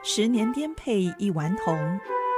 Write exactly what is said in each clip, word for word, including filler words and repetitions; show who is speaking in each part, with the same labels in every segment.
Speaker 1: 十年颠沛一顽童。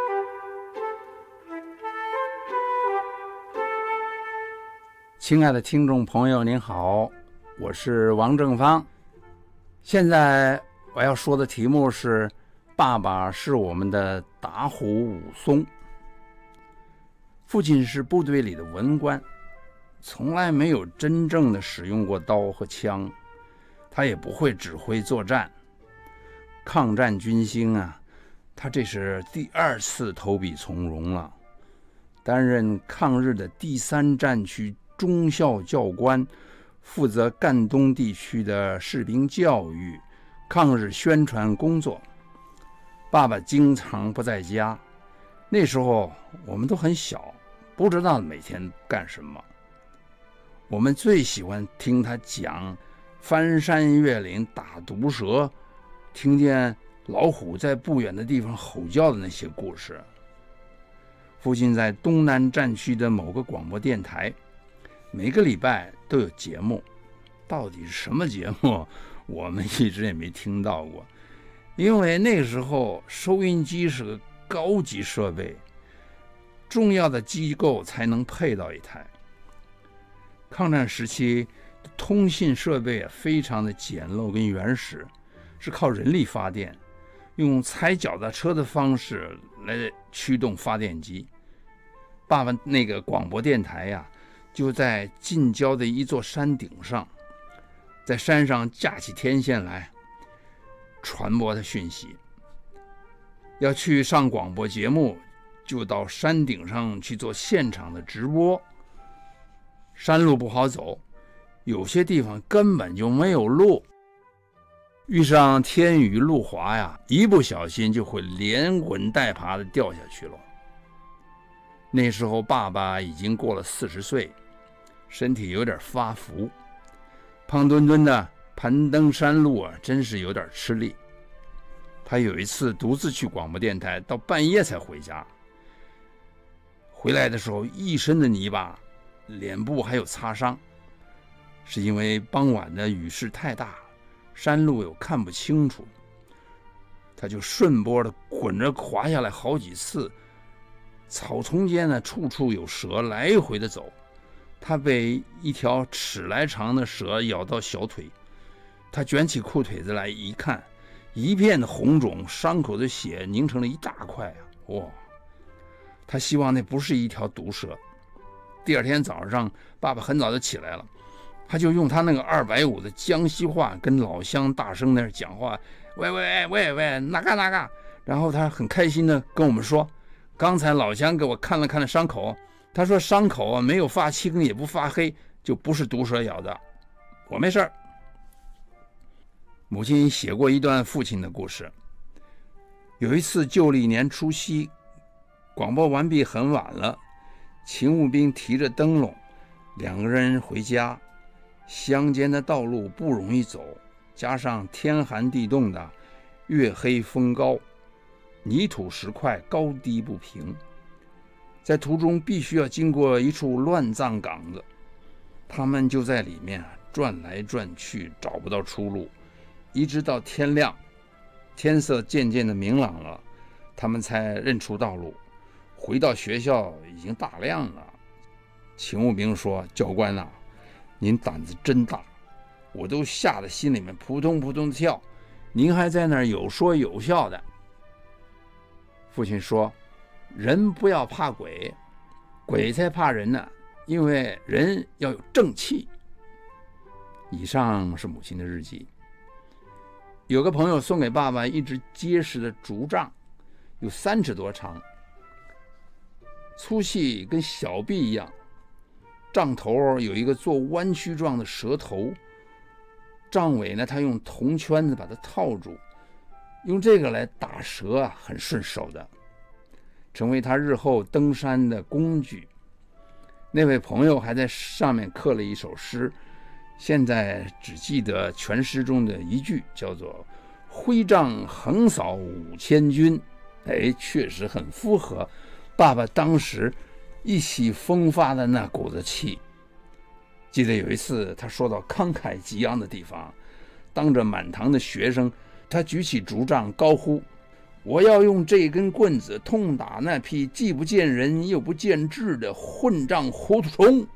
Speaker 2: 亲爱的听众朋友您好，我是王正芳。现在我要说的题目是爸爸是我们的打虎武松。父亲是部队里的文官，从来没有真正的使用过刀和枪，他也不会指挥作战。抗战军星啊，他这是第二次投笔从戎了，担任抗日的第三战区中校教官，负责赣东地区的士兵教育、抗日宣传工作。爸爸经常不在家，那时候我们都很小，不知道每天干什么。我们最喜欢听他讲翻山越岭打毒蛇，听见老虎在不远的地方吼叫的那些故事。父亲在东南战区的某个广播电台，每个礼拜都有节目，到底是什么节目我们一直也没听到过，因为那个时候收音机是个高级设备，重要的机构才能配到一台。抗战时期通信设备非常的简陋跟原始，是靠人力发电，用踩脚踏车的方式来驱动发电机。爸爸那个广播电台呀、啊，就在近郊的一座山顶上，在山上架起天线来传播的讯息。要去上广播节目，就到山顶上去做现场的直播。山路不好走，有些地方根本就没有路，遇上天雨路滑呀，一不小心就会连滚带爬的掉下去了。那时候爸爸已经过了四十岁，身体有点发福，胖墩墩的，攀登山路啊，真是有点吃力。他有一次独自去广播电台，到半夜才回家。回来的时候一身的泥巴，脸部还有擦伤，是因为傍晚的雨势太大，山路又看不清楚，他就顺波的滚着滑下来好几次。草丛间呢，处处有蛇来回的走，他被一条尺来长的蛇咬到小腿，他卷起裤腿子来一看，一片的红肿，伤口的血凝成了一大块啊！哇！他希望那不是一条毒蛇。第二天早上，爸爸很早就起来了，他就用他那个二百五的江西话跟老乡大声那讲话，喂喂喂喂，哪个哪个？然后他很开心的跟我们说，刚才老乡给我看了看了伤口，他说伤口啊没有发青也不发黑，就不是毒蛇咬的，我没事儿。母亲写过一段父亲的故事。有一次旧历年除夕，广播完毕很晚了，勤务兵提着灯笼，两个人回家。乡间的道路不容易走，加上天寒地冻的，月黑风高，泥土石块高低不平，在途中必须要经过一处乱葬岗子，他们就在里面转来转去，找不到出路，一直到天亮，天色渐渐的明朗了，他们才认出道路。回到学校已经大亮了。勤务兵说，教官啊，您胆子真大，我都吓得心里面扑通扑通跳，您还在那儿有说有笑的。父亲说，人不要怕鬼，鬼才怕人呢，因为人要有正气。以上是母亲的日记。有个朋友送给爸爸一只结实的竹杖，有三尺多长，粗细跟小臂一样，杖头有一个做弯曲状的蛇头，杖尾呢，他用铜圈子把它套住，用这个来打蛇啊，很顺手的，成为他日后登山的工具。那位朋友还在上面刻了一首诗，现在只记得全诗中的一句，叫做挥杖横扫五千军。哎，确实很符合爸爸当时意气风发的那股子气。记得有一次他说到慷慨激昂的地方，当着满堂的学生，他举起竹杖高呼， 我要用这根棍子痛打那匹既不见人又不见智的混账糊涂虫。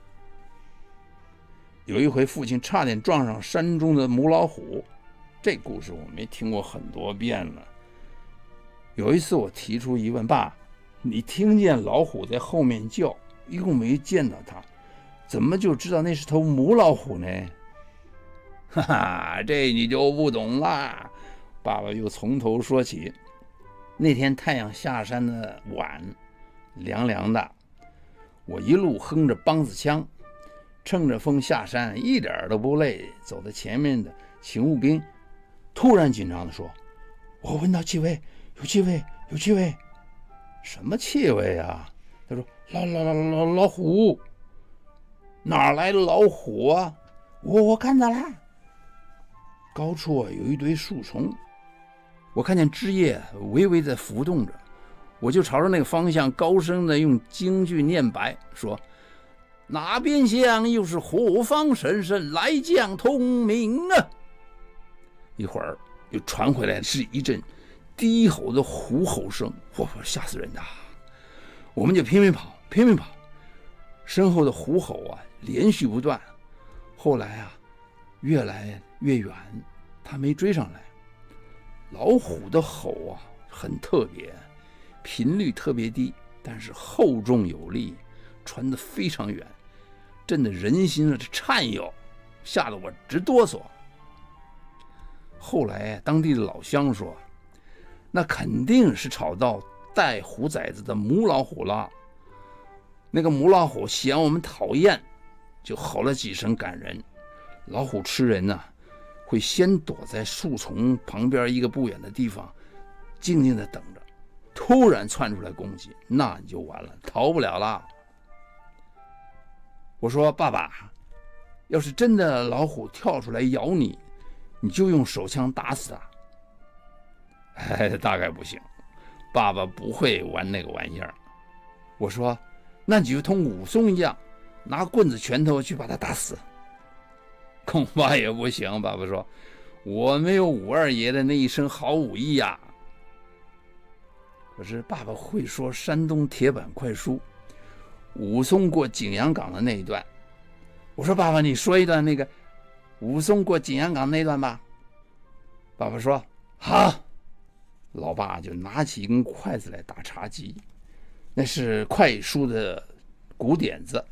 Speaker 2: 有一回，父亲差点撞上山中的母老虎，这故事我没听过很多遍了。有一次我提出疑问，爸，你听见老虎在后面叫，一共没见到它，怎么就知道那是头母老虎呢？哈哈，这你就不懂啦。爸爸又从头说起。那天太阳下山的晚，凉凉的，我一路哼着梆子腔，乘着风下山，一点都不累。走在前面的勤务兵突然紧张地说：“我闻到气味，有气味，有气味。”什么气味啊？他说：“老老老老老虎。”哪来的老虎啊？我我看到了，高处啊有一堆树丛，我看见枝叶微微在浮动着，我就朝着那个方向高声的用京剧念白说：“那边厢又是何方神圣来将通明啊！”一会儿又传回来是一阵低吼的虎吼声，嚯，吓死人的！我们就拼命跑，拼命跑，身后的虎吼啊连续不断。后来啊越来越远，他没追上来。老虎的吼啊很特别，频率特别低，但是厚重有力，传得非常远，震得人心的颤悠，吓得我直哆嗦。后来当地的老乡说，那肯定是吵到带虎崽子的母老虎了。那个母老虎嫌我们讨厌，就吼了几声赶人。老虎吃人呢、啊，会先躲在树丛旁边一个不远的地方，静静的等着，突然窜出来攻击，那你就完了，逃不了了。我说，爸爸，要是真的老虎跳出来咬你，你就用手枪打死它。哎，大概不行，爸爸不会玩那个玩意儿。我说，那你就同武松一样，拿棍子拳头去把他打死。恐怕也不行，爸爸说，我没有武二爷的那一身好武艺呀、啊。可是爸爸会说山东铁板快书，武松过景阳冈的那一段。我说，爸爸，你说一段那个武松过景阳冈那段吧。爸爸说好。老爸就拿起一根筷子来打茶几，那是快书的鼓点子，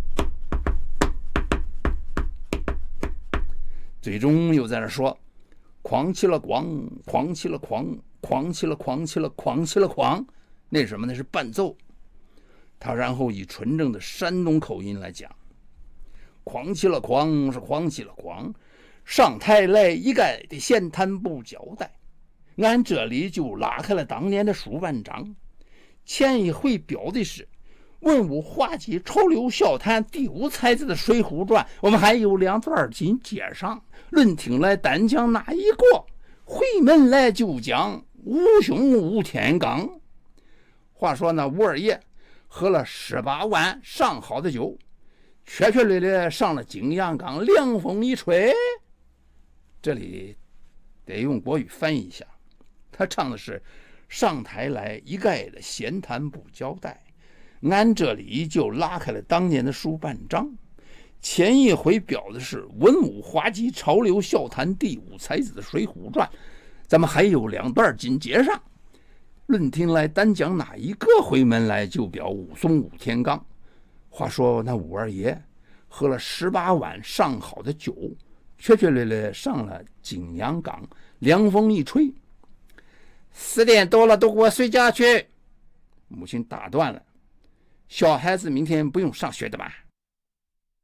Speaker 2: 嘴中又在那说狂气了狂，狂气了狂，狂气了狂气了狂气了狂，那什么那是伴奏。他然后以纯正的山东口音来讲，狂气了狂是狂气了狂，上台来一概的闲谈不交代。俺这里就拉开了当年的书半章，前一回表的是文物滑稽潮流笑谈第五才子的水浒传，我们还有两段紧接上，论听来单讲哪一个，回门来就讲吴兄吴天罡。话说呢，吴二爷喝了十八碗上好的酒，确确咧咧上了景阳冈，凉风一吹。这里得用国语翻译一下，他唱的是上台来一概的闲谈不交代，俺这里就拉开了当年的书半章，前一回表的是文武滑稽潮流笑谈第五才子的水浒传，咱们还有两段紧接上，论听来单讲哪一个，回门来就表武松武天罡。话说那武二爷喝了十八碗上好的酒，确确咧咧上了景阳冈，凉风一吹，四点多了，都给我睡觉去。母亲打断了，小孩子明天不用上学的吧？